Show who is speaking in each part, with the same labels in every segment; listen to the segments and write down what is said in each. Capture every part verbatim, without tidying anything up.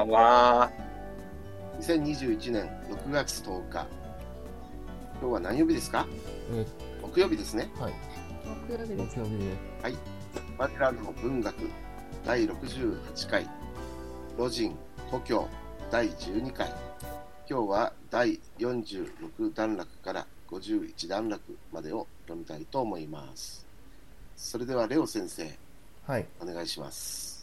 Speaker 1: ばんは。
Speaker 2: にせんにじゅういちねんろくがつとおか。今日は何曜日ですか？
Speaker 3: え
Speaker 2: 木曜日ですね。
Speaker 3: はい。
Speaker 4: 木曜日です。
Speaker 3: 木曜日で。
Speaker 2: はい。マリランドの文学だいろくじゅうはちかい、ロジン故郷だいじゅうにかい。今日はだいよんじゅうろく段落からごじゅういち段落までを読みたいと思います。それではレオ先生、
Speaker 3: はい。
Speaker 2: お願いします。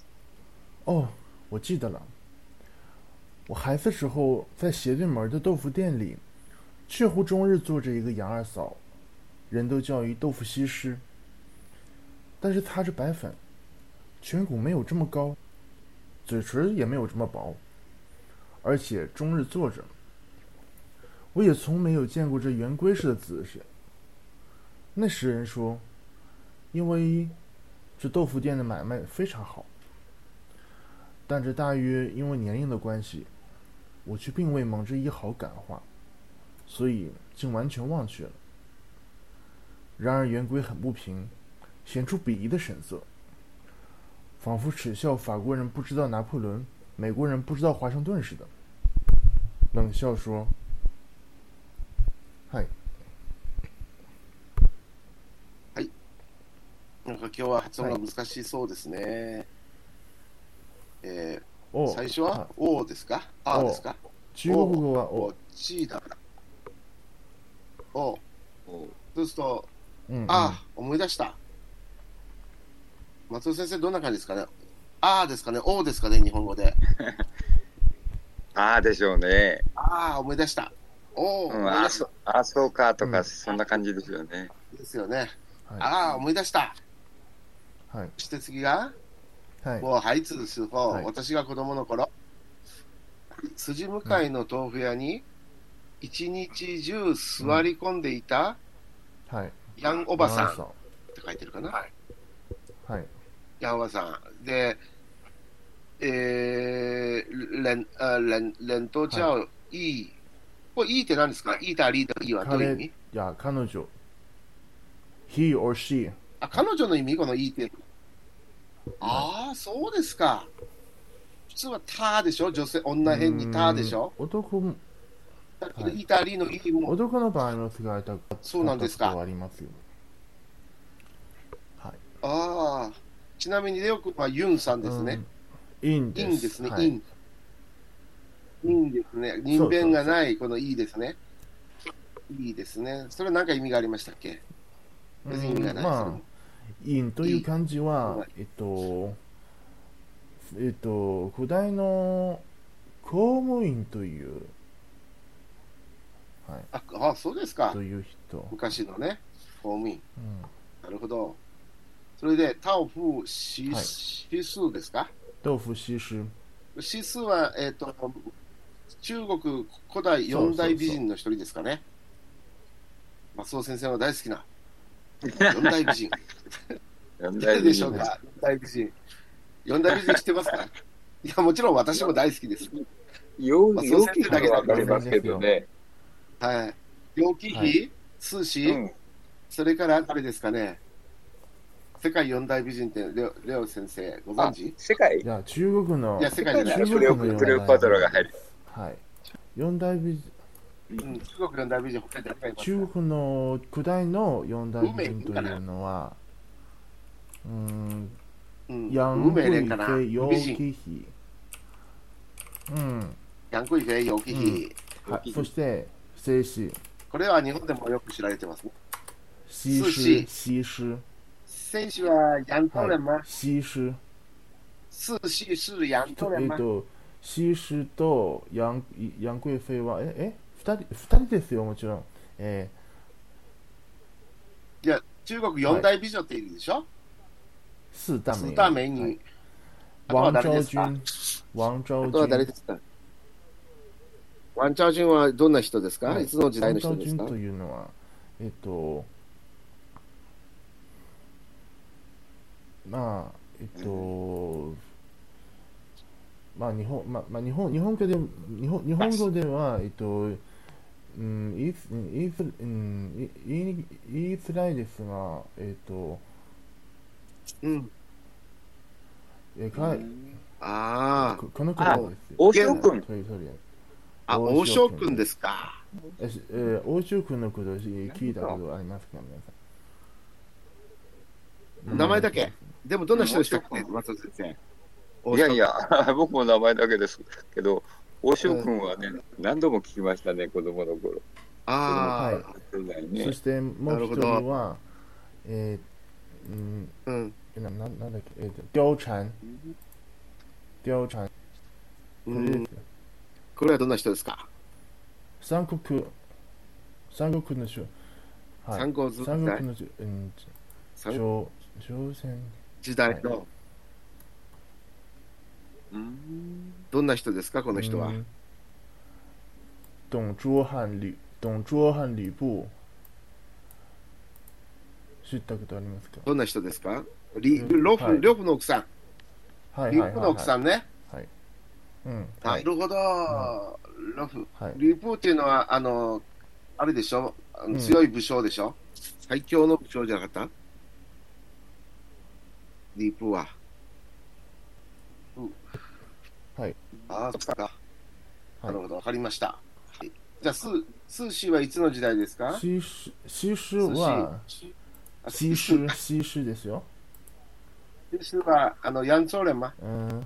Speaker 3: 哦，我记得了。我孩子时候在斜对门的豆腐店里，确乎终日坐着一个杨二嫂，人都叫一豆腐西施。但是擦着白粉，颧骨没有这么高，嘴唇也没有这么薄，而且终日坐着。我也从没有见过这圆规似的姿势。那时人说，因为这豆腐店的买卖非常好，但这大约因为年龄的关系，我却并未蒙着一毫感化，所以竟完全忘却了。然而圆规很不平，显出鄙夷的神色，仿佛耻笑法国人不知道拿破仑，美国人不知道华盛顿似的，冷笑说：“はい。
Speaker 2: はい。なんか今日は発音が難しそうですね。えー、最初は「お」ですか？「あ」ですか？
Speaker 3: 中国語は「
Speaker 2: お」
Speaker 3: お」。
Speaker 2: ちだ。お。そうすると、
Speaker 3: うんうん、
Speaker 2: あ、思い出した。松尾先生、どんな感じですかね？あですかね？おですかね？日本語で。
Speaker 1: あーでしょうね。
Speaker 2: ああ、思い出した。お、
Speaker 1: うん、あそ、あそうかとか、うん、そんな感じですよね。
Speaker 2: ですよね。
Speaker 3: はい、
Speaker 2: ああ、思い出した。
Speaker 3: はい。
Speaker 2: そして次が、
Speaker 3: はい。
Speaker 2: 我孩子的時候、
Speaker 3: はい、
Speaker 2: 私が子供の頃、筋向かいの豆腐屋に一日中座り込んでいた、
Speaker 3: うん、はい。
Speaker 2: ヤンおばさんって書いてるかな。はい。
Speaker 3: はい。
Speaker 2: ヤンおばさん。で、えー、レン、あレン、レントチャオ、いい。これ、いいって何ですか？いいたりのいいはどういう意味？い
Speaker 3: や、彼女。he or she。
Speaker 2: あ、彼女の意味？このいいって。ああ、そうですか。普通はたでしょ？女性、女編にたでしょ？
Speaker 3: 男も。
Speaker 2: イタリーの意味も。
Speaker 3: 男の場合の使い方
Speaker 2: そうなんですか。
Speaker 3: ありますよ。はい。
Speaker 2: ああ、ちなみにレオ君はユンさんですね。
Speaker 3: インです。
Speaker 2: インですね。イン。インですね。人弁がない、このいいですね。いいですね。それは何か意味がありましたっけ？別に意味がない。
Speaker 3: まあ、インという漢字は、えっと、えっと、古代の公務員という、はい、
Speaker 2: ああ、そうですか。
Speaker 3: という人。
Speaker 2: 昔のね、公務員。
Speaker 3: うん、
Speaker 2: なるほど。それで、タオフシスですか？
Speaker 3: 豆腐シス。
Speaker 2: シスは、えっと、中国古代四大美人の一人ですかね。松尾先生の大好きな四大美人。
Speaker 1: 四
Speaker 2: 大美人でしょうか？四大美人。四大美人知ってますか？いや、もちろん私も大好きです。
Speaker 1: よう、ようきだけわかりますけどね。
Speaker 2: はい。楊貴妃、鮨氏、それから誰ですかね。世界四大美人ってレオ、レオ先生ご存知？
Speaker 1: 世界？
Speaker 3: いや、中国の。
Speaker 2: いや、世界
Speaker 1: じゃない。プレオ、プレオパトラが入る。
Speaker 3: はい。四大美人。
Speaker 2: うん、中国四大美人、他に誰がいますか？
Speaker 3: 中国の古代の四大美人というのは、うん、楊貴妃、楊貴妃。うん。
Speaker 2: 楊貴妃、楊貴妃。
Speaker 3: はい。そして、静子。
Speaker 2: これは日本でもよく知られてますね。
Speaker 3: 西施、西施。
Speaker 2: 選手はヤントレンマ。
Speaker 3: 西施。
Speaker 2: スシスヤントレンマ。
Speaker 3: えっと、西施とヤン、ヤン貴妃は、え、え、二人、二人ですよ、もちろん。え
Speaker 2: ー、いや、中国四大美女っているでしょ？
Speaker 3: 四大美
Speaker 2: 四大美女。
Speaker 3: 王昭君。王昭君。
Speaker 2: あとは誰ですか？王昭君はどんな人ですか？はい、いつの時代の人ですか？
Speaker 3: 王昭君というのは、えっと、まあ、えっと、まあ、日本、まあ、まあ、日本、日本語で、日本、日本語では、えっと、うん、言い、言い、うん、言い、言いづらいですが、えっと、
Speaker 2: うん。
Speaker 3: え、かい、
Speaker 2: あ
Speaker 3: ここの
Speaker 1: あ
Speaker 3: 方ですよ。
Speaker 1: 大塩くん。
Speaker 3: そういうそういう
Speaker 2: あ、あ、大塩くんですか。
Speaker 3: えしえー大塩くんのこと聞いたことありますか、皆さん。
Speaker 2: 名前だけ。でもどんな人でしたっけ、
Speaker 1: うん
Speaker 2: 松田先生。
Speaker 1: いやいや、僕も名前だけですけど、大塩君はね、何度も聞きましたね、子供の頃。
Speaker 2: あ
Speaker 3: はい
Speaker 1: 世代ね
Speaker 3: そしてもう一人は、えー、うん、
Speaker 2: あ、うん。
Speaker 3: なななんだっけ、えーと、貂蝉。貂蝉。こ
Speaker 2: うん。
Speaker 3: れですよ。
Speaker 2: これはどんな人ですか。
Speaker 3: 三国、三国の将、はい、
Speaker 2: 三国時代
Speaker 3: 三国の将、うん、
Speaker 2: 三
Speaker 3: 朝朝鮮、
Speaker 2: 時代の
Speaker 1: うん
Speaker 2: どんな人ですか、この人は。
Speaker 3: うん董卓和吕董卓和吕布、知ったことありますか。
Speaker 2: どんな人ですか。リ
Speaker 3: うん
Speaker 2: ロフ、
Speaker 3: はい
Speaker 2: ロフの奥さん。
Speaker 3: はい
Speaker 2: リプの
Speaker 3: はいはいはい
Speaker 2: 奥さんね。
Speaker 3: はいうん
Speaker 2: な
Speaker 3: はい
Speaker 2: るほど。ロフ。
Speaker 3: はい
Speaker 2: リプっていうのは、あの、あれでしょ。あの
Speaker 3: うん
Speaker 2: 強い武将でしょ。最強の武将じゃなかったリプは。
Speaker 3: はい
Speaker 2: ああ、そっか。
Speaker 3: は
Speaker 2: ないるほど、わかりました。はいじゃあ、スー、スーシーはいつの時代ですか。
Speaker 3: 西施西施は
Speaker 2: 西
Speaker 3: 西施西施ですよ。
Speaker 2: 施は、あの、ヤンチョーレンマ。
Speaker 3: うん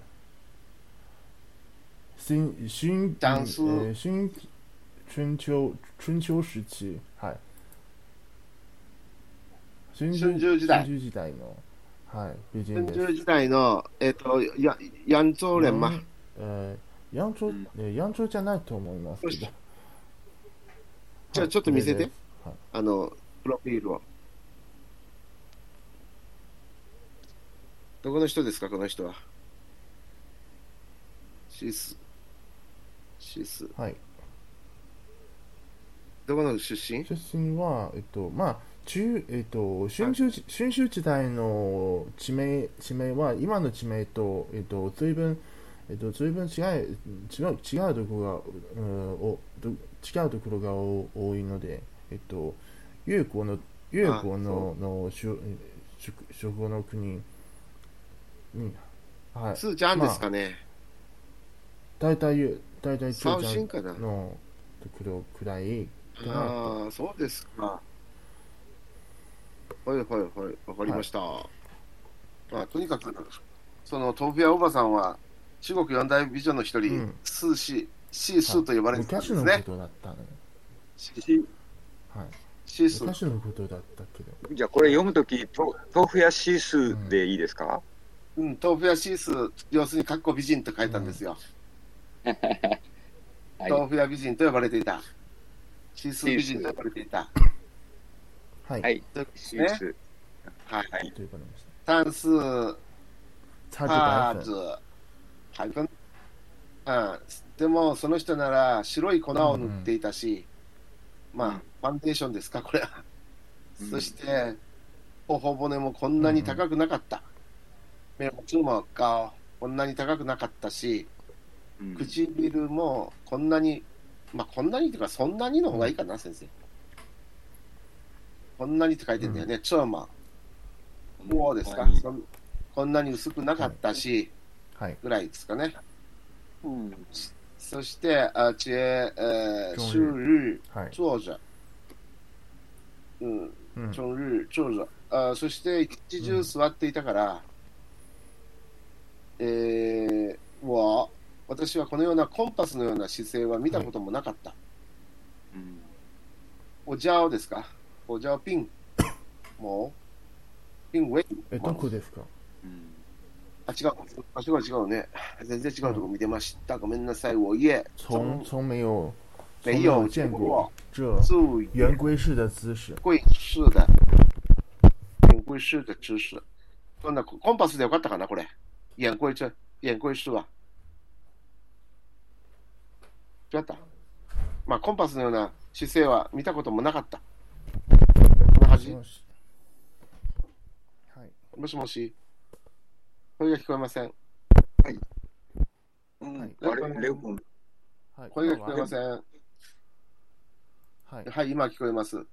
Speaker 3: 新新
Speaker 2: 张苏
Speaker 3: えー新春秋春秋時期はい春
Speaker 2: 春秋時代
Speaker 3: 春秋時代のはい美人です。
Speaker 2: 春秋時代の、えっ、と、やヤンチョーレンマ。
Speaker 3: なんえー、ヤンチョ、
Speaker 1: うん
Speaker 3: えーヤンチョじゃないと思いますけど。
Speaker 2: よしじゃあちょっと見せて
Speaker 3: これですはい
Speaker 2: あの、プロフィールを。どこの人ですか、この人は。シス。シス。
Speaker 3: はい。
Speaker 2: どこの出身。
Speaker 3: 出身は、えっと、まあ、中、えっと、春秋時、春秋時代の地名、地名は、今の地名と、えっと、随分、えっと、随分違い、違う、違うところが、うんおど違うところがお多いので、えっと、越国の、越国の、の、諸諸国の国に、はい。
Speaker 2: スーちゃんですかね。
Speaker 3: 大体、大体、
Speaker 2: サウ
Speaker 3: ちゃん
Speaker 2: シンかな。
Speaker 3: のところくらいかなと。
Speaker 2: ああ、そうですか。はいはいはい、わかりました。まあ、とにかく、その豆腐屋おばさんは、中国四大美女の一人、
Speaker 3: うん
Speaker 2: スーシー、シースーと呼ばれてたんで
Speaker 3: 昔のこ
Speaker 2: すね。
Speaker 3: とだったね。
Speaker 1: し
Speaker 3: はい。
Speaker 2: シースー。
Speaker 3: 昔のことだったけど。
Speaker 1: じゃあこれ読むとき、と豆腐屋シースーでいいですか、
Speaker 2: うん、豆腐屋シースー、要するにかっこ美人と書いたんですよ。
Speaker 1: はい
Speaker 2: 豆腐屋美人と呼ばれていた。シースー美人と呼ばれていた。
Speaker 3: はい。
Speaker 1: はい、
Speaker 2: ということ
Speaker 1: シ
Speaker 2: ですね。
Speaker 1: ースー。
Speaker 2: はい。
Speaker 1: はい。
Speaker 3: ということでした。
Speaker 2: 単数、
Speaker 3: 差
Speaker 2: パー
Speaker 3: 字白粉。
Speaker 2: ズ、ハイフン。うん。でも、その人なら白い粉を塗っていたし、まあ、
Speaker 1: うん
Speaker 2: ファンデーションですか、これは。
Speaker 1: うん
Speaker 2: そして、頬骨もこんなに高くなかった。目もつも顔、こんなに高くなかったし、
Speaker 1: うん
Speaker 2: 唇もこんなに、まあ、こんなにというか、そんなにの方がいいかな、先生。こんなにって書いてんだよね。ちょまこうですか、
Speaker 1: はい
Speaker 2: そんこんなに薄くなかったし、
Speaker 3: はい。
Speaker 2: ぐらいですかね。
Speaker 1: うん
Speaker 2: そして、而且、呃，
Speaker 3: 中日
Speaker 2: 是日
Speaker 3: はい。
Speaker 2: 坐着，うん、
Speaker 3: うん。
Speaker 2: 中日坐着。あそして、一日中座っていたから、えー、我、私はこのようなコンパスのような姿勢は見たこともなかった。
Speaker 1: うん
Speaker 2: おじゃおですかおじゃおピン。もうピンウェイ。
Speaker 3: え、どこですか。
Speaker 1: うん
Speaker 2: あ、違う。場所が違うね。全然違うとこ見てました。ごめんなさい。我也
Speaker 3: 从从没有从
Speaker 2: 没有
Speaker 3: 见过
Speaker 2: 见过
Speaker 3: 这
Speaker 2: 注意
Speaker 3: 圆规式的姿势。
Speaker 2: 贵式的、円规式的知識。そんなコンパスでよかったかな、これ。円规式、円规式は。違った。まあ、コンパスのような姿勢は見たこともなかった。こんな感じ。
Speaker 3: もしはい。
Speaker 2: もしもし。声が聞こえません。
Speaker 1: うん
Speaker 3: はい
Speaker 1: あれ、レオ君、
Speaker 3: はい。
Speaker 2: 声が聞こえません。
Speaker 3: はい。
Speaker 2: はい、今聞こえます。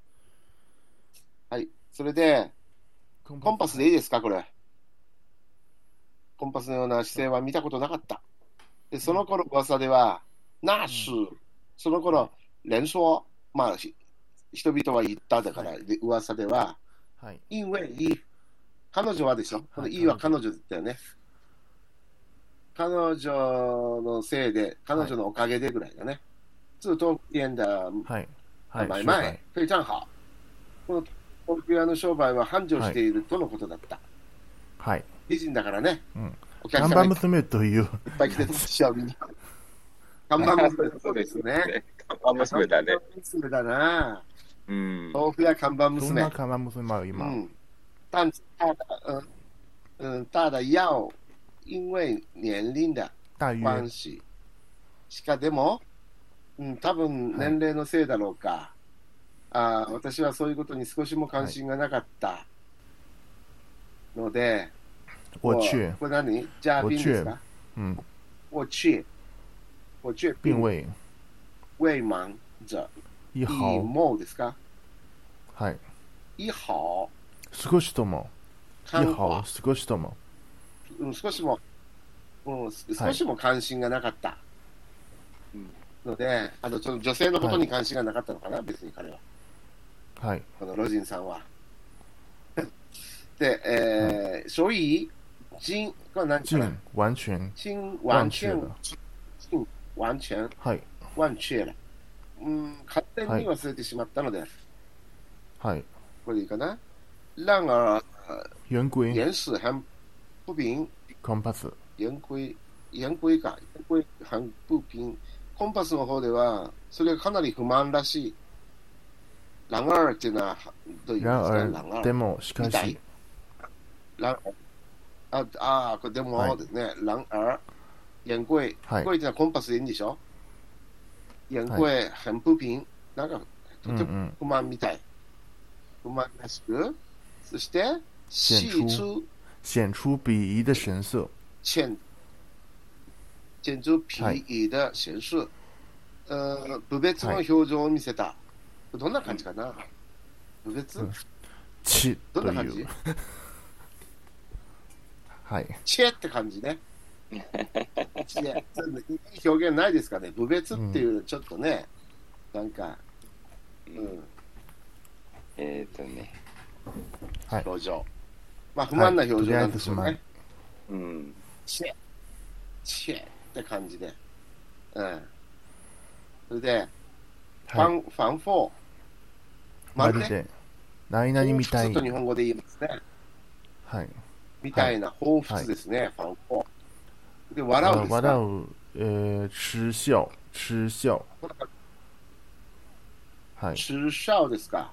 Speaker 2: はい。それで、
Speaker 3: コン
Speaker 2: コンパスでいいですか、これ。 コンパスのような姿勢は見たことなかった。で、その頃噂では、なし、その頃、連想、まあ、ひ人々は言っただから、で噂では、
Speaker 3: はい。
Speaker 2: 因为、彼女はでしょ、このいいは彼女だよね。彼女のせいで、彼女のおかげでぐらいだね。自东店的
Speaker 3: はい。はい。
Speaker 2: 買
Speaker 3: 商売
Speaker 2: 卖非常好。この東京屋の商売は繁盛しているとのことだった。
Speaker 3: はい。
Speaker 2: 美人だからね。
Speaker 3: うん。
Speaker 2: お客さんがいっ
Speaker 3: 看板娘という。
Speaker 2: ぱい来てるしゃみに。看板娘、そうですね。
Speaker 1: 看板娘だね。
Speaker 2: 看板娘だな。
Speaker 1: うん。
Speaker 2: 豆腐屋看板
Speaker 3: どん
Speaker 2: 娘
Speaker 3: な。看板娘も今。
Speaker 2: 嗯，但大的嗯嗯大的要因为年龄的
Speaker 3: 大约。
Speaker 2: 关系しかでも、うん、多分年齢のせいだろうか、あー私はそういうことに少しも関心がなかったので、
Speaker 3: 我却。
Speaker 2: これ何ジャービンですか
Speaker 3: うん。
Speaker 2: 我却我却
Speaker 3: 并未。
Speaker 2: 未忙着
Speaker 3: 一
Speaker 2: 以
Speaker 3: 毫。
Speaker 2: もですか
Speaker 3: はい。
Speaker 2: 以好
Speaker 3: 少しとも。一
Speaker 2: 看
Speaker 3: 毫。
Speaker 2: 法
Speaker 3: 少しとも。
Speaker 2: うん、少しも、うん、少しも関心がなかったので、あのその女性のことに関心がなかったのかな、別に彼は、
Speaker 3: はい。
Speaker 2: このロジンさんは。で、えー所以、人、これ何かな
Speaker 3: 尽完全。
Speaker 2: 心完全
Speaker 3: 忘却了、
Speaker 2: 心完全、
Speaker 3: はい。
Speaker 2: 忘却了。うん、勝手に忘れてしまったので、
Speaker 3: はい。
Speaker 2: これでいいかな。然而、
Speaker 3: 圆规。
Speaker 2: 原始很不平。
Speaker 3: コンパス。
Speaker 2: 円規、円規か、円規反不平。コンパスの方では、それがかなり不満らしい。然而っていうのは、どういう意味
Speaker 3: 然
Speaker 2: ですか？
Speaker 3: 而、でも、しか
Speaker 2: みたい
Speaker 3: し。
Speaker 2: 然ああー、これでもですね。然而、円規、
Speaker 3: はい
Speaker 2: これってのはコンパスでいいんでしょ？円規很不平。なんか、とても不満みたい。不満らしく、そして、
Speaker 3: 显
Speaker 2: 出
Speaker 3: 出显出鄙夷的神色。
Speaker 2: 显显出鄙夷的神色。呃、部別の表情を見せた。どんな感じかな？部別、
Speaker 3: うんち
Speaker 2: ど
Speaker 3: という。
Speaker 2: んな感じ？
Speaker 3: はい。
Speaker 2: チェって感じね。チェ。いい表現ないですかね。部別っていう、ちょっとね、なんか、うん、
Speaker 1: えっとね。
Speaker 3: はい。
Speaker 2: 表情。まあ、不満な表情なんですよね。
Speaker 3: はい
Speaker 1: うん。
Speaker 2: チェ。チェって感じで。うん。それで、ファ
Speaker 3: はい。
Speaker 2: ン、ファンフォー。
Speaker 3: ま
Speaker 2: まるで、
Speaker 3: るで、何々みたい
Speaker 2: 彷彿と。日本語で言いますね。
Speaker 3: はい。
Speaker 2: みたいな彷彿ですね、ファンフォー。で、笑うですか？
Speaker 3: 笑う、えー、嗤笑、嗤笑。はい。
Speaker 2: 嗤笑ですか？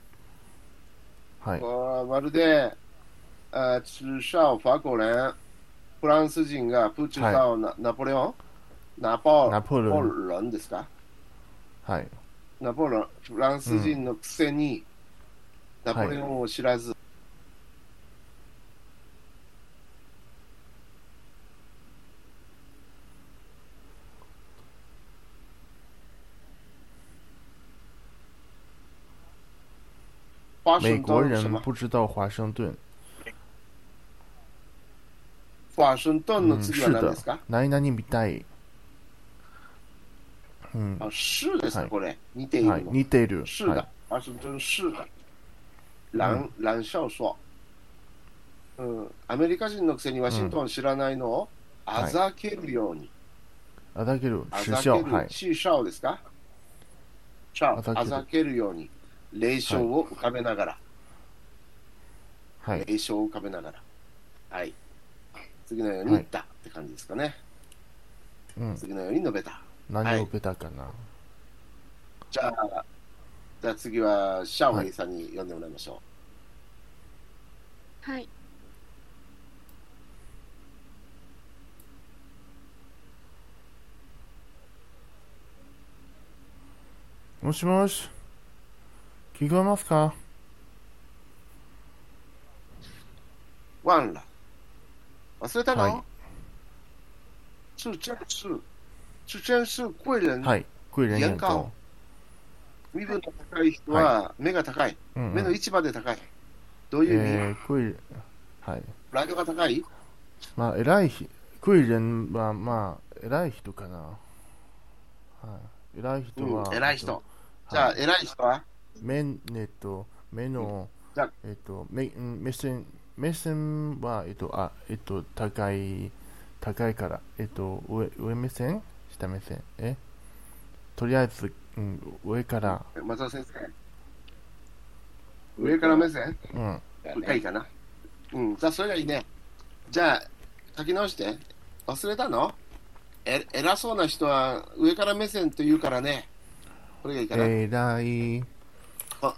Speaker 3: はい。
Speaker 2: これまるで、あ嗤笑、法国人、フランス人がプーチンさん、ナナポレオンナポ
Speaker 3: ナポレオン
Speaker 2: ロンですか？
Speaker 3: はい。
Speaker 2: ナポレオン、フランス人のくせに、ナポレオンを知らず、华盛
Speaker 3: 美国
Speaker 2: 顿什么？
Speaker 3: 人不知道华盛顿。
Speaker 2: 华盛顿の
Speaker 3: 嗯，
Speaker 2: 次は
Speaker 3: 是的
Speaker 2: 何ですか？。
Speaker 3: 何々みたい。うん。
Speaker 2: あ、是ですか、
Speaker 3: はい
Speaker 2: これ。似ている
Speaker 3: はい。
Speaker 2: の。
Speaker 3: 似ている。
Speaker 2: 是的
Speaker 3: はい。
Speaker 2: 华盛顿是的。蓝、蓝少说。うん、アメリカ人のくせにワシントンを知らないのをあざけるように。
Speaker 3: あざける。
Speaker 2: あざけ
Speaker 3: 嗤笑。
Speaker 2: る。
Speaker 3: はい。
Speaker 2: シーシャオですか？シャオ
Speaker 3: あざける
Speaker 2: あざけるように。霊障を浮かべながら。
Speaker 3: はい。
Speaker 2: 霊障を浮かべながら。はい。次のように言ったって感じですかね。
Speaker 3: うん。
Speaker 2: 次のように述べた。
Speaker 3: 何をベタかな。
Speaker 2: じゃあ、じゃあ次はシャオヘイさんに読んでもらいましょ
Speaker 4: はい。
Speaker 3: もしもし。聞こえますか？
Speaker 2: う。ワンラ。忘れたの？
Speaker 3: はい。
Speaker 2: 这真是、这真是贵人。
Speaker 3: はい。贵人眼光。
Speaker 2: 身分の高い人は目が高い。
Speaker 3: うんうん
Speaker 2: 目の位置まで高い。どういう意味？
Speaker 3: えー、贵人。はい。
Speaker 2: プライドが高い？
Speaker 3: まあ偉い人、贵人はまあ偉い人かな。はい、偉い人は、
Speaker 2: うん、偉い人。
Speaker 3: えっと
Speaker 2: じゃあ、
Speaker 3: はい、
Speaker 2: 偉い人は
Speaker 3: 目、えっと、目の、
Speaker 2: じゃあ、
Speaker 3: えっと、目、うん目線、目線は、えっと、あ、えっと、高い、高いから、えっと、上、上目線下目線えとりあえず、うん、上から、
Speaker 2: 松田先生、上から目線
Speaker 3: うん、
Speaker 2: 深いかな。うん、じゃあ、それがいいね。じゃあ、書き直して。忘れたのえ偉そうな人は上から目線と言うからね。これがいいかな。
Speaker 3: 偉い、
Speaker 2: あ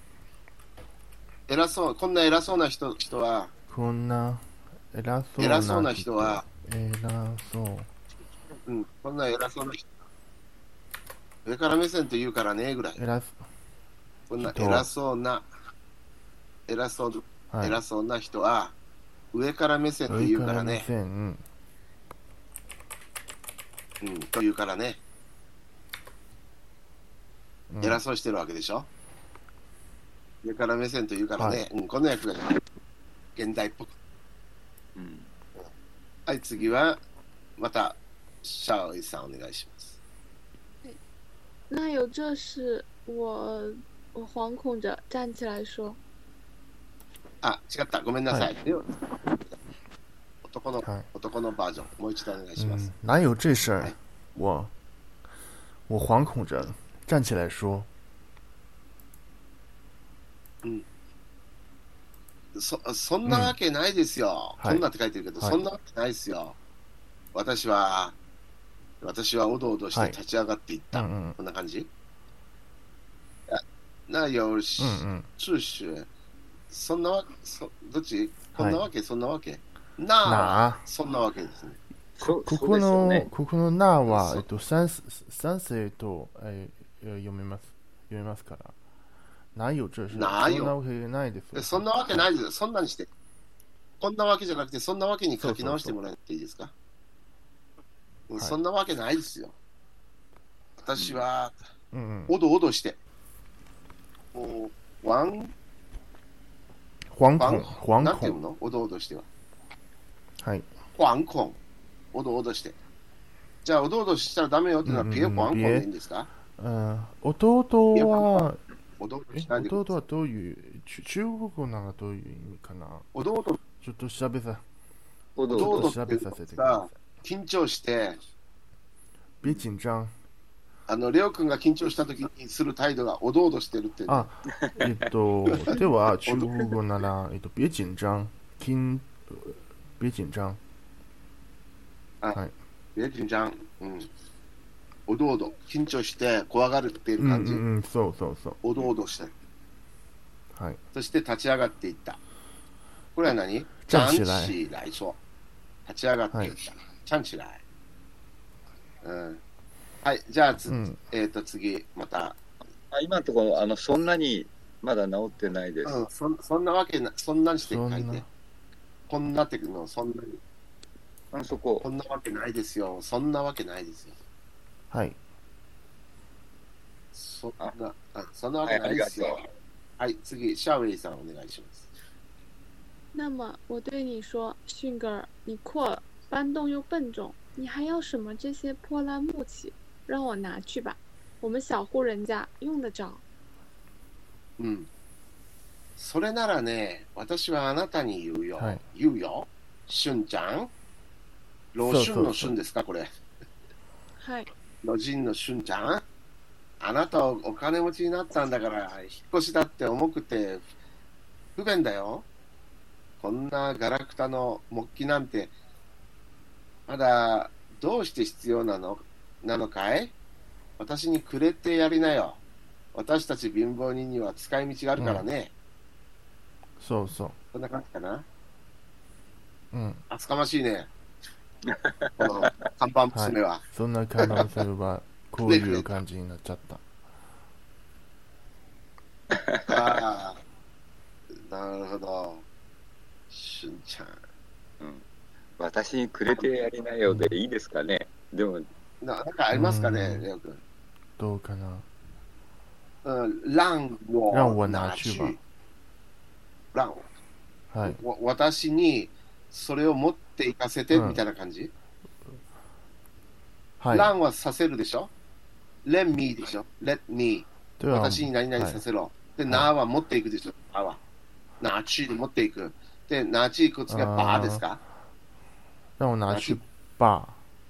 Speaker 2: 偉そう、こんな偉そうな人人は、
Speaker 3: こんな、偉そう
Speaker 2: 偉そうな
Speaker 3: な人、
Speaker 2: 人は、
Speaker 3: 偉そう、
Speaker 2: うん、こんな偉そうな人、上から目線と言うからね、ぐらい。
Speaker 3: 偉
Speaker 2: こんな
Speaker 3: 人
Speaker 2: 偉そうな、偉そう、
Speaker 3: はい、
Speaker 2: 偉そうな人は、上から目線と
Speaker 3: 上
Speaker 2: 言う
Speaker 3: から目
Speaker 2: からね。
Speaker 3: 線、うん、
Speaker 2: うん、と言うからね。
Speaker 3: うん、
Speaker 2: 偉そうしてるわけでしょ。上から目線と言うからね。
Speaker 3: はい
Speaker 2: うん、この役が現代っぽく。
Speaker 1: うん。
Speaker 2: はい、次は、また、シャオイさんお願いします。
Speaker 4: 那有这事，我我惶恐着站起来说
Speaker 2: あ、違った。ごめんなさい。
Speaker 3: は
Speaker 2: では男の、
Speaker 3: はい
Speaker 2: 男のバージョン、もう一度お願いします。
Speaker 3: 嗯，哪有这事儿
Speaker 2: 哎？
Speaker 3: 我我惶恐着站起来说
Speaker 2: そそんなわけないですよ。
Speaker 3: はい
Speaker 2: そんなって書いてるけど、
Speaker 3: はい
Speaker 2: そんなわけないですよ。私は、私はおどおどして立ち上がっていっ：“た。
Speaker 3: 嗯嗯
Speaker 2: こんな感じ那有し、
Speaker 3: 嗯
Speaker 2: 秩序、そんなわけ、そどっちこ
Speaker 3: はい
Speaker 2: んなわけ、そんなわけ
Speaker 3: 嗯，
Speaker 2: なあは、
Speaker 3: 哪？
Speaker 2: そんなわけですね。
Speaker 1: そう
Speaker 3: ここ
Speaker 1: そうですよ
Speaker 3: の
Speaker 1: ね。
Speaker 3: ここのなは
Speaker 2: そう
Speaker 3: えっと三三世とえー読めます読めますから。哪有这事？
Speaker 2: 哪有
Speaker 3: そんなわけないですよ。
Speaker 2: でそんなわけないですよ。そんなにして。こんなわけじゃなくて、そんなわけに書き直してもらっていいですか
Speaker 3: うそう
Speaker 2: そんなわけないですよ。私は、
Speaker 3: うんうん。
Speaker 2: おどおどして、もうワン、
Speaker 3: 惶
Speaker 2: ワン
Speaker 3: 恐惶
Speaker 2: なんていう
Speaker 3: 恐
Speaker 2: のおどおどしては。
Speaker 3: はい。
Speaker 2: ワンコン。おどおどして。じゃあ、おどおどしたらダメよっていうのは、
Speaker 3: うんうん
Speaker 2: ピエコワンコンでいいんですか
Speaker 3: うん弟は
Speaker 2: おどおど
Speaker 3: え
Speaker 2: しないでください。
Speaker 3: 弟はどういう中中国語ならどういう意味かな。
Speaker 2: おどおど、
Speaker 3: ちょっと調べさ
Speaker 1: おど
Speaker 2: おどお
Speaker 1: おど
Speaker 2: どっていうの
Speaker 3: 調べさせてくださ
Speaker 2: は、緊張して、
Speaker 3: 別緊張。
Speaker 2: あの、レオ君が緊張した時にする態度がおどおどしてるって。
Speaker 3: あ、えっと、では中国語なら、えっと、別緊張。緊、別緊張。
Speaker 2: ベ緊張。うん。おどおど。緊張して怖がるっていう
Speaker 3: うんう
Speaker 2: 感じ。
Speaker 3: んうん、そうそうそう。
Speaker 2: おどおどして。
Speaker 3: はい。
Speaker 2: そして立ち上がっていった。これは何
Speaker 3: 站起来
Speaker 2: 起来そう。立ち上がっていった。チャンチライ。うん。はい、じゃあつ、
Speaker 3: うん。
Speaker 2: えっ、と、次、また。
Speaker 1: あ今のところ、あの、そんなにまだ治ってないです。
Speaker 2: うん、そんそんなわけな、そんなにして書い
Speaker 3: そんな
Speaker 2: て。こんなっていうの、そんなに。
Speaker 1: あそこ
Speaker 2: こ、んなわけないですよ。そんなわけないですよ。
Speaker 3: はい。
Speaker 2: そんな、あそんなわ
Speaker 1: はい、ありがとう
Speaker 2: けないですよ。。はい、次、シャウェイさんお願いします。：“
Speaker 4: 那么我对你说，逊格尔，你阔，搬动又笨重，你还要什么这些破烂木器？让我拿去吧，我们小户人家用得着。
Speaker 2: うん。それならね、私はあなたに言うよ。
Speaker 3: はい
Speaker 2: 言うよ。しゅんちゃん老春の春ですか、これ。”
Speaker 4: はい。
Speaker 2: 老人のしゅんちゃんあなたはお金持ちになったんだから、引っ越しだって重くて不便だよ。こんなガラクタの木器なんて、まだどうして必要なのなのかい私にくれてやりなよ。私たち貧乏人には使い道があるからね。
Speaker 3: そうそ
Speaker 2: こんな感じかな。
Speaker 3: う。うん。
Speaker 2: 厚かましいね。この看板娘は。
Speaker 3: そんな可能性は、こういう感じになっちゃった。
Speaker 2: ああ、なるほど。しゅんちゃん。
Speaker 1: 私にくれてやりなよでいいですかね。でも、
Speaker 2: ななんかありますかね
Speaker 3: う、ん
Speaker 2: レオ君。
Speaker 3: どうかな。
Speaker 2: うん、让我
Speaker 3: 让我
Speaker 2: 拿
Speaker 3: 拿去吧。
Speaker 2: 让
Speaker 3: はい。
Speaker 2: わ私にそれを持っていかせてみたいな感じ、
Speaker 3: はい。
Speaker 2: ランはさせるでしょ ?let me でしょ ?let me。
Speaker 3: 对啊。
Speaker 2: 私に何々させろ。で、なは持っていくでしょなは。拿去で持っていく。で、拿去こっちがばですか
Speaker 3: 让我拿去吧。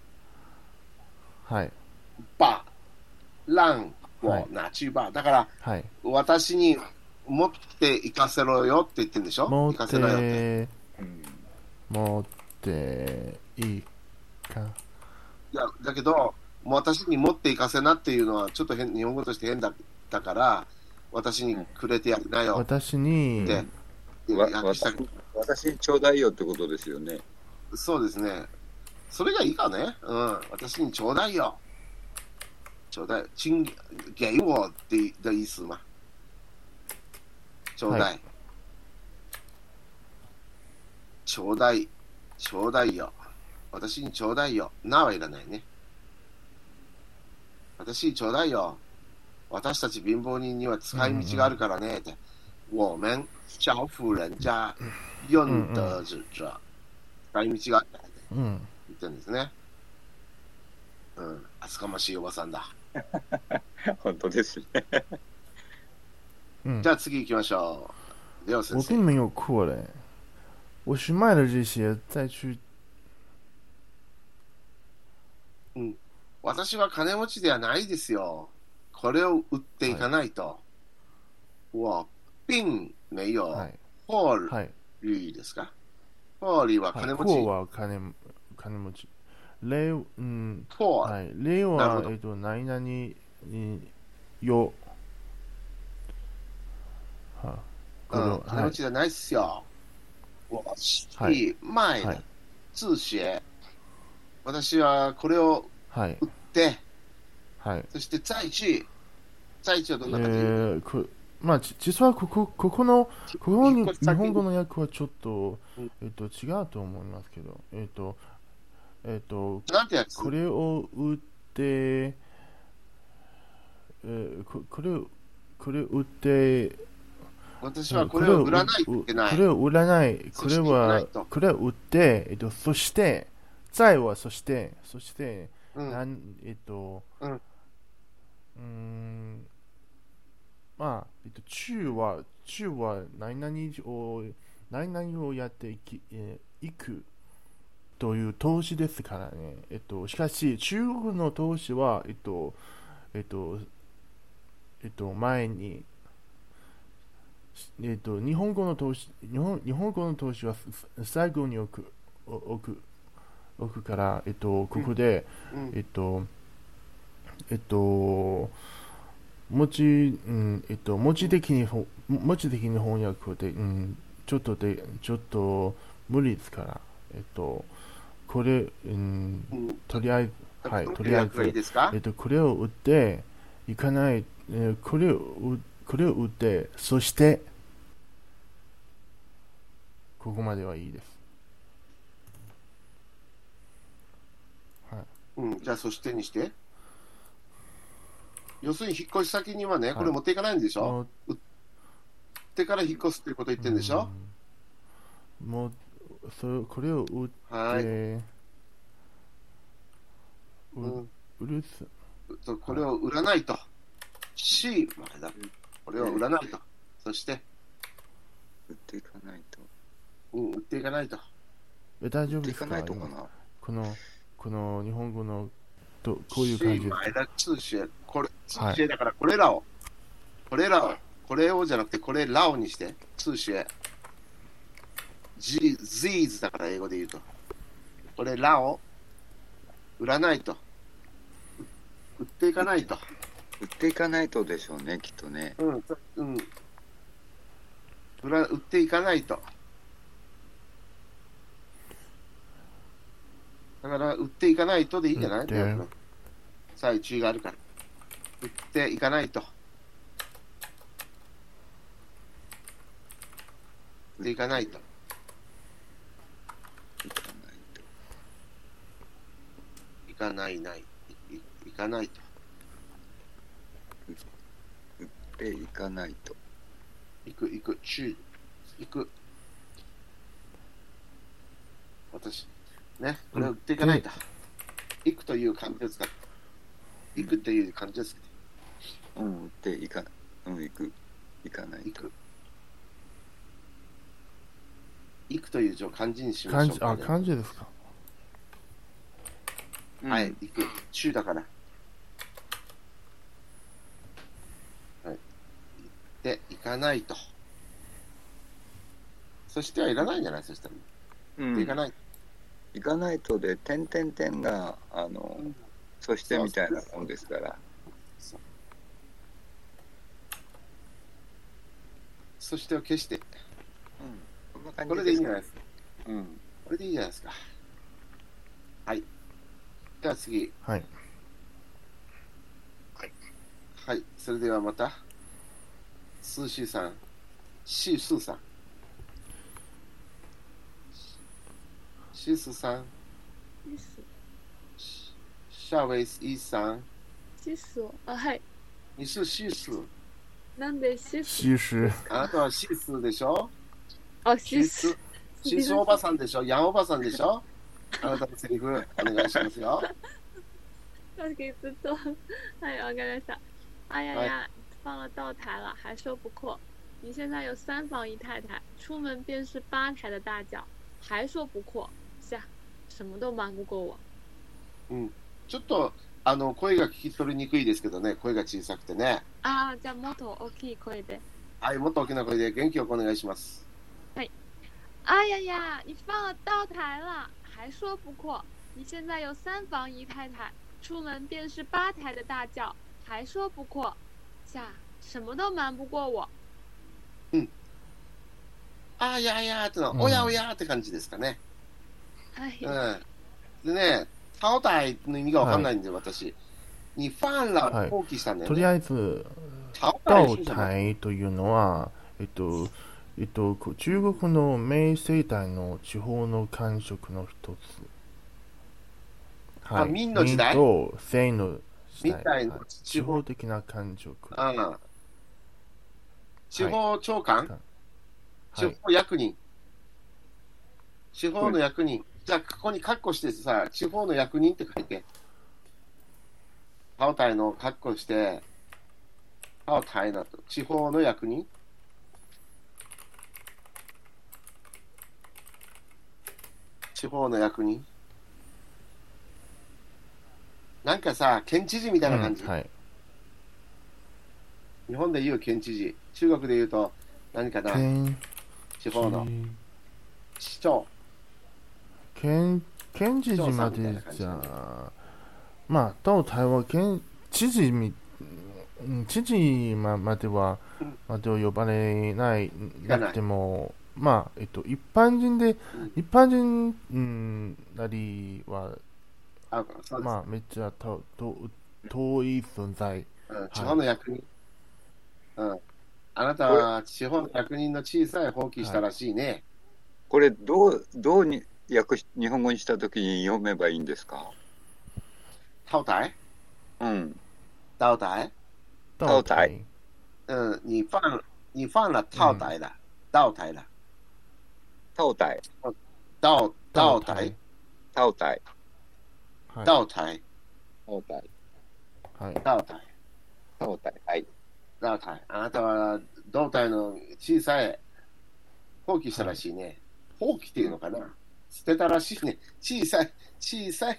Speaker 3: はい。
Speaker 2: ば。ランを拿去ば。だから、
Speaker 3: はい。
Speaker 2: 私に持っていかせろよって言ってるんでしょ
Speaker 3: 持っ
Speaker 2: 行かせろよって。
Speaker 3: て、持っていか。
Speaker 2: いや、だけど、もう私に持っていかせなっていうのはちょっと変、日本語として変だだから、私にくれてやりなよ
Speaker 3: 私に、
Speaker 2: って
Speaker 1: わ
Speaker 2: 訳した
Speaker 1: 私私にちょうだいよってことですよね。
Speaker 2: そうですね。それがいいかね。うん。私にちょうだいよ。ちょうだい。请给我的的意思嘛。ちょうだい。
Speaker 3: はい
Speaker 2: ちょうだい。ちょうだいよ。私にちょうだいよ。なはいらないね。私にちょうだいよ。私たち貧乏人には使い道があるからね。って。我们小富人家用得着。使い道があるからね。
Speaker 3: うん。
Speaker 2: 言ってるんですね。うん。厚かましいおばさんだ。
Speaker 1: 本当ですね。
Speaker 3: 嗯
Speaker 2: じ，ゃあ次行きましょう。レオ先生。
Speaker 3: 我并没有扩嘞，我是卖了这些再去。
Speaker 2: うん。私は金持ちではないですよ。これを売っていかないと。我并没有
Speaker 3: はい。
Speaker 2: 获
Speaker 3: はい。
Speaker 2: 利ですか获利は
Speaker 3: はい。
Speaker 2: 金持
Speaker 3: こう
Speaker 2: ち。
Speaker 3: は金金持ち。レイ、うん。
Speaker 2: ポ
Speaker 3: はい。レイは、
Speaker 2: なるほど
Speaker 3: えっと、何々によ。はこれ
Speaker 2: うん、
Speaker 3: を、はい
Speaker 2: 金持ち。じゃないっすよ。我
Speaker 3: はい
Speaker 2: 是卖的
Speaker 3: はい。
Speaker 2: 自学。私はこれを
Speaker 3: はい。
Speaker 2: 売って、
Speaker 3: はい。
Speaker 2: そして在地。在地はど
Speaker 3: え
Speaker 2: んな感じ、
Speaker 3: ー、こまあ、ち実はここ、ここの、ここに
Speaker 2: 引っ越し先
Speaker 3: 日本語の訳はちょっと
Speaker 2: うん、
Speaker 3: えっと、違うと思いますけど、えっと、えっと、
Speaker 2: なんてやつ
Speaker 3: これを売って、えーここれを、これを売って、
Speaker 2: 私はこれを売らないといけない。
Speaker 3: これを売らない、これ
Speaker 2: そして売らな
Speaker 3: は
Speaker 2: いと、
Speaker 3: これを売って、えっと、そして、在はそして、そして、
Speaker 2: うん
Speaker 3: なんえっと、
Speaker 2: うん
Speaker 3: うーん、まあ、えっと、中は、中は何々を、何々をやっていき、えー、いくという投資ですからね。えっと、しかし、中国の投資は、えっと、えっと、えっと、前に、えっと、日本語の投資、日本日本語の投資は最後に置く、置く、置くから、えっと、ここで、
Speaker 2: うん
Speaker 3: えっと、えっと、文字、うん、えっと、文字的に、文字的に翻訳で、うん、ちょっとで、ちょっと無理ですから、えっと、これ、うん、
Speaker 2: うん
Speaker 3: とりあえず、はい、とりあえ
Speaker 2: どういう役割
Speaker 3: ず、
Speaker 2: ですか
Speaker 3: えっと、これを売って、いかない、えーこれを売、これを売って、そして、ここまではいいです。はい。
Speaker 2: うん、じゃあそしてにして。要するに引っ越し先にはね、
Speaker 3: い
Speaker 2: これ持っていかないんでしょ、
Speaker 3: もう
Speaker 2: 売ってから引っ越すっていうこと言ってるんでしょ、
Speaker 3: うんもう、それ、これを売って、
Speaker 2: はい、
Speaker 3: う
Speaker 2: うん
Speaker 3: 売るす、
Speaker 2: とこれを売らないと。C までだ。これを売らないと。そして、
Speaker 1: 売っていかないと。
Speaker 2: うん、売っていかないと。
Speaker 3: え、大丈
Speaker 1: 売っていか
Speaker 3: 夫ですか
Speaker 1: ないとかな。
Speaker 3: この、この日本語の、と、こういう感じ
Speaker 2: C
Speaker 3: です
Speaker 2: 前田通信。これ、通
Speaker 3: はい
Speaker 2: 信だからこれらを、これらを、これをじゃなくてこれらをにして、通信。G、Z's だから英語で言うと。これらを売らないと。売っていかないと。
Speaker 1: 売っていかないとでしょうね、きっとね。
Speaker 2: うん、うん。売ら売っていかないと。だから、売っていかないとでいいんじゃない
Speaker 3: 売って
Speaker 2: レオ君最中があるから。売っていかないと。売っていかないと。
Speaker 1: いかないと。
Speaker 2: いかないない。いいいかないと。
Speaker 1: 売っていかないと。
Speaker 2: 行く、行く、中、行く。 私。ね、これを売っていかないと。行くという漢字を使って。行くという漢字を使って。
Speaker 1: うん、っていか、うん、行く。行かないと。
Speaker 2: 行く。行くという字を漢字にしま
Speaker 3: 漢字、
Speaker 2: しょうか、
Speaker 3: あ、
Speaker 2: ね。
Speaker 3: 漢字ですか。
Speaker 2: はい、行く。中だから。はい。行って行かないと。そしてはいらないんじゃないそしたら。
Speaker 1: うん、
Speaker 2: 行かない。
Speaker 1: 行かないとで、点々点が、あの、
Speaker 2: うん
Speaker 1: そしてみたいなもんですから。
Speaker 2: そうそしてを消して。
Speaker 1: うん、こんな感
Speaker 2: これ
Speaker 1: じですか。
Speaker 2: でいいんじゃないですか。
Speaker 1: うん。
Speaker 2: これでいいじゃないですか。はい。では次。
Speaker 3: はい。
Speaker 2: はい。それではまた。スーシーさん。シースーさん。シースーさん。
Speaker 4: シス、
Speaker 2: シャーウェイスイーさん。
Speaker 4: シスを、あ、はい。
Speaker 2: 你是シースー。
Speaker 4: なんでシス、
Speaker 3: 西施。
Speaker 2: あなたはシースーでしょ
Speaker 4: あ、
Speaker 2: シー
Speaker 4: シス
Speaker 2: ス。。シースーおばさんでしょヤンおばさんでしょあなたのセリフ、お願いしますよ。
Speaker 4: 可以知道。哎，我跟他讲，哎呀呀，放了道台了，还说不阔。你现在有三房一太太，出门便是八抬的大轿，还说不阔，下什么都瞒不过我。
Speaker 2: うん。ちょっと、あの、声が聞き取りにくいですけどね、声が小さくてね。
Speaker 4: あ、じゃあもっと大きい声で。
Speaker 2: はい、もっと大きな声で元気よくお願いします。
Speaker 4: 哎呀呀，你放了道台了，还说不阔。你现在有三房一太太，出门便是八抬的大轿，还说不阔，下什么都瞒不过我。
Speaker 2: あーやーやーってのは、
Speaker 3: うん
Speaker 2: おやおやーって感じですかね。
Speaker 4: 哎
Speaker 2: う
Speaker 4: 呀，
Speaker 2: ん。でね、タオタイの意味がわかんないんで、私。にファンら放棄したんだよね。
Speaker 3: とりあえず、
Speaker 2: タオタイ
Speaker 3: 道
Speaker 2: しじゃない
Speaker 3: 台というのは、えっと、えっと、こ中国の明生態の地方の官職の一つ。
Speaker 2: あ明の時代
Speaker 3: 明と清の時代。
Speaker 2: みたいな
Speaker 3: はい
Speaker 2: 地
Speaker 3: 地
Speaker 2: 方
Speaker 3: 方的な官職。
Speaker 2: ああ地方長官、地
Speaker 3: はい。
Speaker 2: 方役人。地方の役人。じゃあ、ここにカッコしてさ、地方の役人って書いて。タオタイのカッコして、タオタイだと。地方の役人。地方の役人。なんかさ、県知事みたいな感じ。
Speaker 3: うんはい。
Speaker 2: 日本で言う県知事。中国で言うと、何かな、
Speaker 3: 県
Speaker 2: 地方の市長。
Speaker 3: 県県知事までじゃあ、まあ、道台は県知事み、うん知事ままでは、
Speaker 2: うん
Speaker 3: までは呼ばれない
Speaker 2: がない
Speaker 3: なくても、まあ、えっと、一般人で、
Speaker 2: ん
Speaker 3: 一般人、うん、なりは、
Speaker 2: あ、そうです。
Speaker 3: まあ、めっちゃとと遠い存在。
Speaker 2: うん地方の役人。うん。あなたは地方の役人の小さい放棄したらしいね。
Speaker 1: これ、どう、どうに訳し、日本語にしたときに読めばいいんですか？
Speaker 2: タオタイ
Speaker 1: うん。
Speaker 2: タオタイ
Speaker 1: 道台
Speaker 2: 嗯，你放你放了套台了，道台了，
Speaker 1: 道台、
Speaker 2: 道道台
Speaker 1: 道台、
Speaker 3: はい。
Speaker 2: 道台
Speaker 1: 道台、
Speaker 3: はい。
Speaker 2: 道台
Speaker 1: 道台、はい。
Speaker 2: 道台。あなたは道台の小さい放棄したらしいね。放棄っていうのかな。捨てたらしいね。小さい小さい。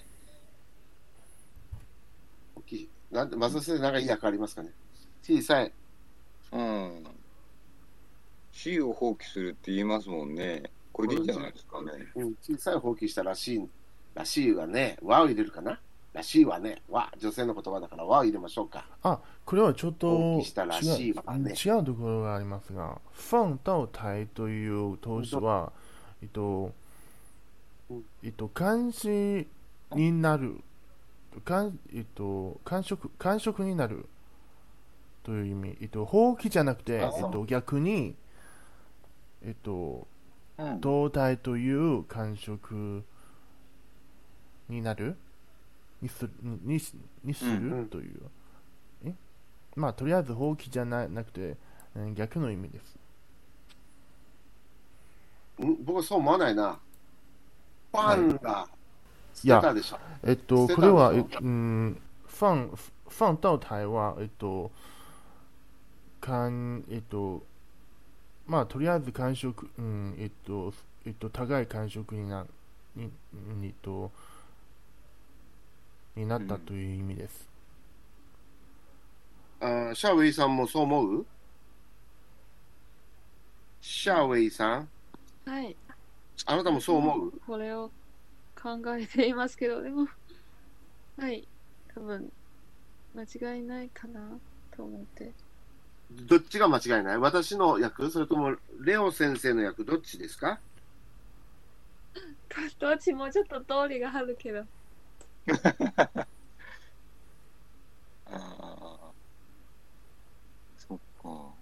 Speaker 2: 大きい。なんて松田先生なんかいい役ありますかね。小さい。
Speaker 1: うん。死を放棄するって言いますもんね。これでいいんじゃないですかね。
Speaker 2: うん、小さい放棄したらしい。らしいはね、和を入れるかな。らしいはね、和。女性の言葉だから和を入れましょうか。
Speaker 3: あ、これはちょっと
Speaker 2: 放棄したらし
Speaker 3: 違
Speaker 2: いうわね
Speaker 3: 違うところがありますが、放道台という投資は、えっと
Speaker 2: うん、
Speaker 3: えっと、監視になる、かんえっと、官職、官職になるという意味、えっと、放棄じゃなくて、え
Speaker 2: あそう
Speaker 3: っと、逆に、えっと、
Speaker 1: うん。
Speaker 3: 道台という官職になるにするにしにす
Speaker 2: うんうん
Speaker 3: るという、えまあとりあえず放棄じゃななくて、うん逆の意味です。
Speaker 2: ん僕はそう思わないな。 ファンが捨
Speaker 3: いや
Speaker 2: てたでしょ。
Speaker 3: えっと、
Speaker 2: 捨てた
Speaker 3: これは、え
Speaker 2: んでしょ
Speaker 3: うん、放放到台は、えっと、かん、えっと、まあ、とりあえず感触、うん、えっと、えっと、高い感触にな、に、にえっと、になったという意味です。
Speaker 2: あーシャウェイさんもそう思う？シャウェイさん、
Speaker 4: はい。
Speaker 2: あなたもそう思う？
Speaker 4: これを考えていますけど、でも、はい。多分、間違いないかなと思って。
Speaker 2: どっちが間違いない？私の役、それともレオ先生の役、どっちですか？
Speaker 4: どっちもちょっと通りがあるけど。
Speaker 1: ああ、そっか。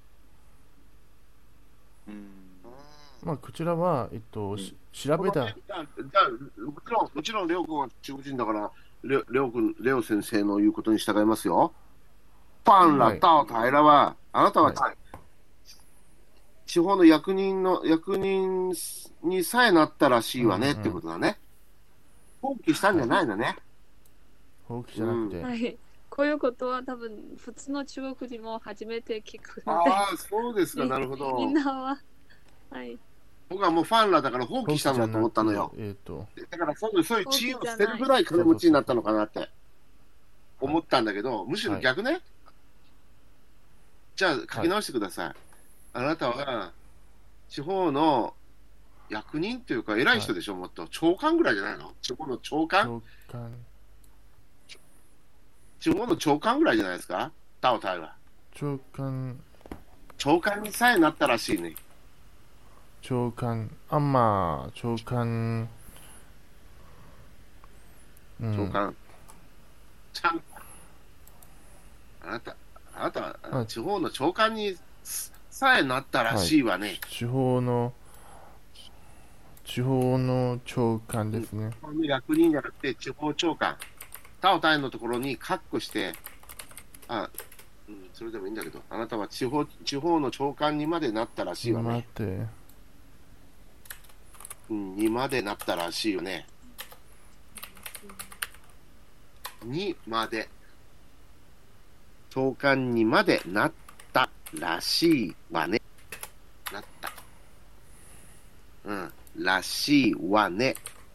Speaker 1: うん。
Speaker 3: まあ、こちらは、えっと、し調べた、
Speaker 2: このじゃあ、じゃあもちろん、もちろんレオ君は中国人だから、レオレオ君、レオ先生の言うことに従いますよ。犯了到台了は、あなたは、
Speaker 3: は
Speaker 2: 地方の役人の、役人にさえなったらしいわね、
Speaker 3: うんうん
Speaker 2: ってことだね。放棄したんじゃないのね。
Speaker 3: 放棄じゃなくて、
Speaker 4: はい。こういうことは多分、普通の中国人も初めて聞くので、
Speaker 2: ああ、そうですか、なるほど。
Speaker 4: みんなは、はい。
Speaker 2: 僕はもうファンらだから放棄したんだと思ったのよ。
Speaker 3: えっと、
Speaker 2: だからそういう、そういう地位を捨てるぐらい金持ちになったのかなって思ったんだけど、むしろ逆ね。じゃあ書き直してください。あなたは地方の役人というか偉い人でしょ、もっと。長官ぐらいじゃないの？地方の長官
Speaker 3: 長官、
Speaker 2: 地方の長官ぐらいじゃないですか、タオタイは。
Speaker 3: 長官、
Speaker 2: 長官にさえなったらしいね。
Speaker 3: 長官、あ、まあ、長官、うん、
Speaker 2: 長官。ちゃんあなた、あなたは
Speaker 3: はい
Speaker 2: 地方の長官にさえなったらしいわね。
Speaker 3: 地方の、地方の長官ですね。
Speaker 2: 地方の役人じゃなくて地方長官。タオタイのところに確保して、あ、うん、それでもいいんだけど、あなたは地方地方の長官にまでなったらしいわ
Speaker 3: 待っ
Speaker 2: ね。
Speaker 3: て、
Speaker 2: うん、にまでなったらしいよね。にまで。長官にまでなったらしいわね。なった。うん。らしいわね。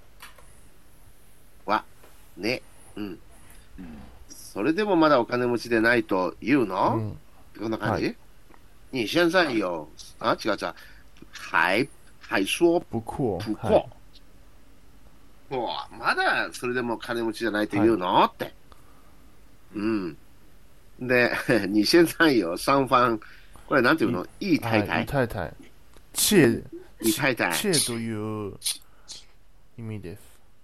Speaker 2: わ。ね。うん。
Speaker 1: うん。
Speaker 2: それでもまだお金持ちでないと言う
Speaker 3: う
Speaker 2: の、
Speaker 3: ん、
Speaker 2: こんな感じ、
Speaker 3: は
Speaker 2: 你现在有、あ、違う違う。还、还说
Speaker 3: 不过、
Speaker 2: 不
Speaker 3: はい
Speaker 2: 过。もうまだそれでも金持ちじゃないと言うの、って。うん。で、你现在有三番、これなんていうの？いい太
Speaker 3: はい、い
Speaker 2: 太。
Speaker 3: 太太、チェ、
Speaker 2: いい太太。
Speaker 3: チェという意味です。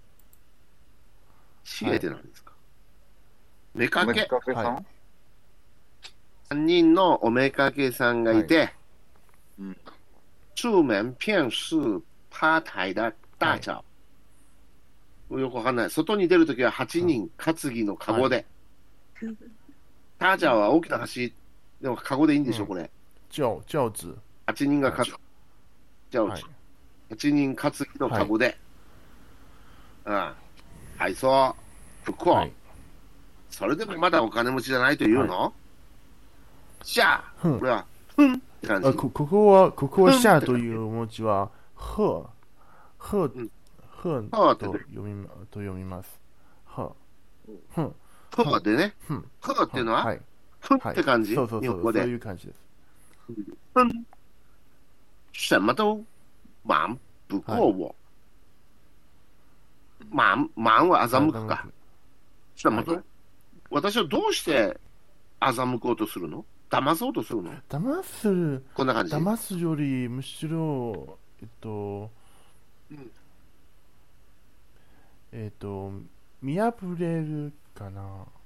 Speaker 2: 知恵ってなんですか？め
Speaker 1: おめ
Speaker 2: かけ。
Speaker 1: かけさん、
Speaker 3: は
Speaker 2: さんにんのおめかけさんがいて、
Speaker 1: うん。
Speaker 2: 出門骗視趴台的大脚。よくわかんない。外に出るときははちにん担ぎのカゴで。タージャーは大きな橋、でもカゴでいいんでしょ、
Speaker 3: うん
Speaker 2: これ。
Speaker 3: 轿、轿子、
Speaker 2: はちにんが担ぎ、じゃあ、
Speaker 3: はい、
Speaker 2: はちにん担ぎのカゴで。うん。はい、そう。不幸、
Speaker 3: はい、
Speaker 2: それでもまだお金持ちじゃないというの、じゃあ、
Speaker 3: ふん
Speaker 2: これは、ふんって感じ。
Speaker 3: あ、こ、ここは、ここは、シャという文字は、呵、呵、
Speaker 2: ん
Speaker 3: 呵
Speaker 2: 呵
Speaker 3: と読みま、と読みます。呵、ふん、
Speaker 2: ふんでね、
Speaker 3: ふん、
Speaker 2: ふんっていうのは、
Speaker 3: はい、
Speaker 2: ふんっ
Speaker 3: はい、
Speaker 2: て感じ、
Speaker 3: そうそうそう、
Speaker 2: 日本語で。
Speaker 3: そういう感じです。
Speaker 2: ふん。什么都忙不过我。忙、忙は欺くか。什么と、私はどうして欺こうとするの？騙そうとするの？
Speaker 3: 騙する、
Speaker 2: こんな感じ。
Speaker 3: 騙すより、むしろ、えっと、
Speaker 2: うん
Speaker 3: えっと、見破れるかな。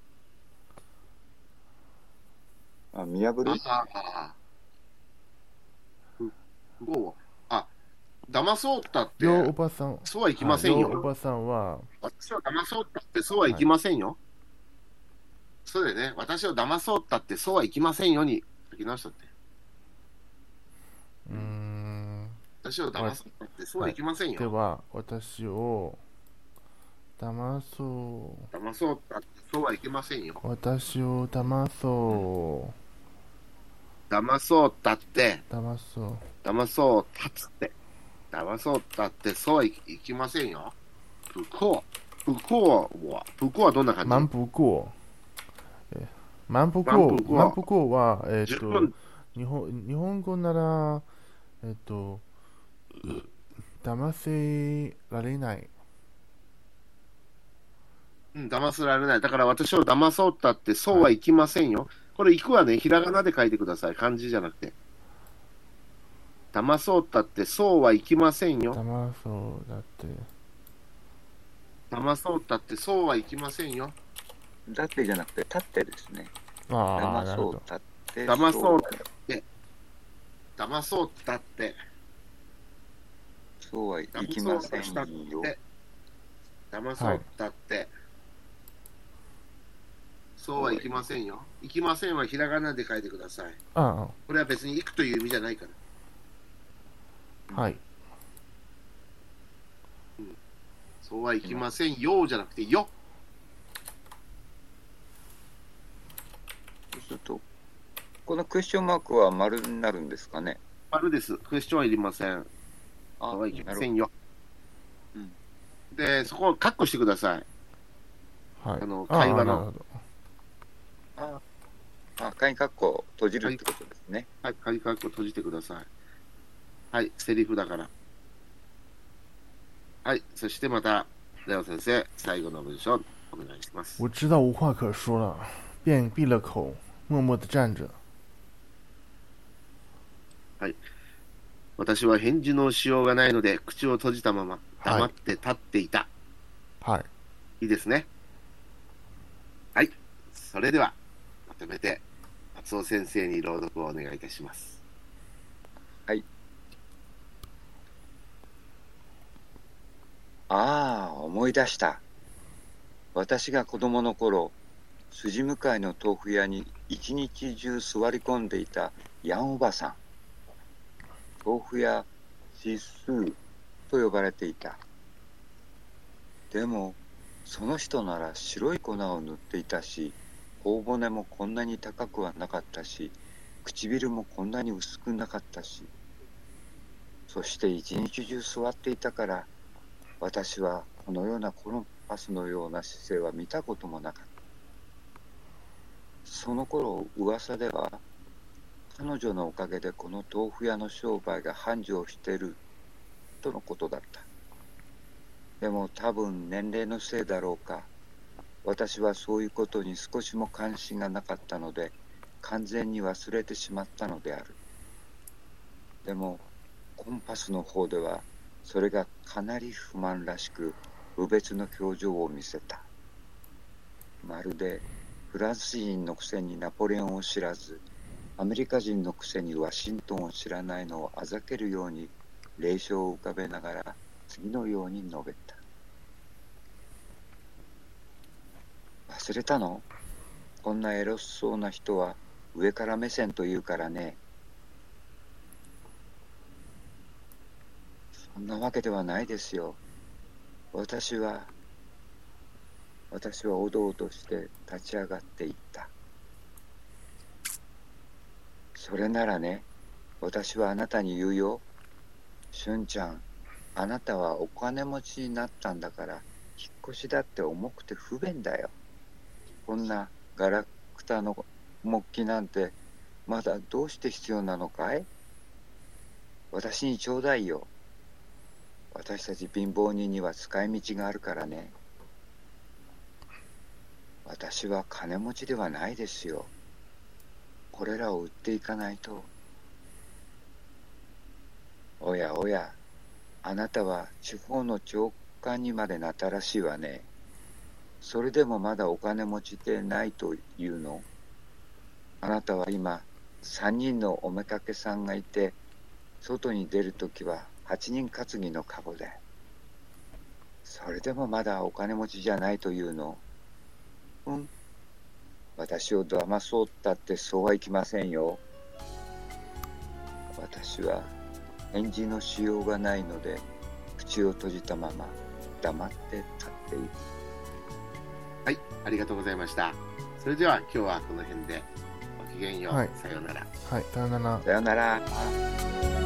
Speaker 1: あ、見破る？
Speaker 2: ああ。不不過我。あ、騙そうったって、
Speaker 3: ようおばさん、
Speaker 2: そうはいきませんよ。
Speaker 3: はいようおばさんは、
Speaker 2: 私を騙そうったってそうはいきませんよ。そうだよね。私を騙そうったってそうはいきませんよに書き直したって。
Speaker 3: うーん、
Speaker 2: 私を騙すってそうはいきませんよ。
Speaker 3: では、私を騙そ
Speaker 2: 騙そうったってそうはいけませんよ。
Speaker 3: う。私を騙そ
Speaker 2: 騙そうったって、
Speaker 3: う。騙そう。
Speaker 2: 騙そうったっつって、騙そうったってそうはいいきませんよ。不幸。不幸は、不幸はどんな感じ？
Speaker 3: 蛮不过。え蛮不
Speaker 2: 蛮
Speaker 3: 过。
Speaker 2: 不過
Speaker 3: 蛮不过は、えっと
Speaker 2: 十分、
Speaker 3: 日本、日本語なら、えっと、騙せられない。
Speaker 2: うん、騙せられない。だから私を騙そうったってそうはいきませんよ。これ、行くはね、ひらがなで書いてください。漢字じゃなくて。騙そうったってそうはいきませんよ。
Speaker 3: 騙そうだって。
Speaker 2: 騙そうったってそうはいきませんよ。
Speaker 1: だってじゃなくて、立ってですね。
Speaker 3: ああ、
Speaker 1: 騙
Speaker 3: なるほど。
Speaker 1: そう立って。
Speaker 2: 騙そうっ
Speaker 1: だよ
Speaker 2: て、騙そうったって、
Speaker 1: そうはい
Speaker 2: 騙
Speaker 1: きませ
Speaker 2: そうとしたっ
Speaker 1: んよ。
Speaker 2: て、騙そうったって、そうはいきませんよ。いきませんはひらがなで書いてください。
Speaker 3: あ
Speaker 2: これは別に行くという意味じゃないから。
Speaker 3: あ、はい。
Speaker 2: そうはいきませんよじゃなくてよ。
Speaker 1: そうすると、このクエスチョンマークは丸になるんですかね。
Speaker 2: 丸です。クエスチョンはいりません。
Speaker 1: あ、
Speaker 2: そうはいきま
Speaker 1: なるほ
Speaker 2: せんよ。
Speaker 1: うん
Speaker 2: で、そこをカッコしてください。
Speaker 3: はい。
Speaker 2: あの
Speaker 3: ああ
Speaker 2: 会話の
Speaker 3: なるほど。
Speaker 1: ど。あ、あ、鍵括弧を閉じるってことですね。
Speaker 2: はい、鍵カッコ閉じてください。はい、セリフだから。はい、そしてまた、レオ先生、最後の文章お願いします。
Speaker 3: 我知道无话可说了，便闭了口，默默地站着。
Speaker 2: 私は返事のしようがないので、口を閉じたまま黙って立っていた。
Speaker 3: はい。
Speaker 2: いいですね。はい。それでは、まとめて、松尾先生に朗読をお願いいたします。
Speaker 1: ああ、思い出した。私が子供の頃、筋向かいの豆腐屋に一日中座り込んでいたヤンおばさん。豆腐屋指数と呼ばれていた。でも、その人なら白い粉を塗っていたし、頬骨もこんなに高くはなかったし、唇もこんなに薄くなかったし、そして一日中座っていたから、私はこのようなコンパスのような姿勢は見たこともなかった。その頃噂では、彼女のおかげでこの豆腐屋の商売が繁盛しているとのことだった。でも多分年齢のせいだろうか、私はそういうことに少しも関心がなかったので、完全に忘れてしまったのである。でもコンパスの方ではそれがかなり不満らしく、無別の表情を見せた。まるでフランス人のくせにナポレオンを知らず、アメリカ人のくせにワシントンを知らないのをあざけるように冷笑を浮かべながら次のように述べた。忘れたの？こんなエロそうな人は上から目線というからね。そんなわけではないですよ。私は、私はおどおどして立ち上がっていった。それならね、私はあなたに言うよ。俊ちゃん、あなたはお金持ちになったんだから、引っ越しだって重くて不便だよ。こんなガラクタの木器なんて、まだどうして必要なのかい？私にちょうだいよ。私たち貧乏人には使い道があるからね。私は金持ちではないですよ。これらを売っていかないと。おやおや、あなたは地方の長官にまでなったらしいわね。それでもまだお金持ちでないというの？あなたは今、三人のおめかけさんがいて、外に出るときは八人担ぎのカゴで。それでもまだお金持ちじゃないというの？うん。私を騙そうったってそうはいきませんよ。私は返事のしようがないので、口を閉じたまま黙って立っている。
Speaker 2: はい、ありがとうございました。それでは今日はこの辺で。ごきげんよう。
Speaker 3: はい
Speaker 2: さようなら。
Speaker 3: はい、さよなら。
Speaker 1: さよなら。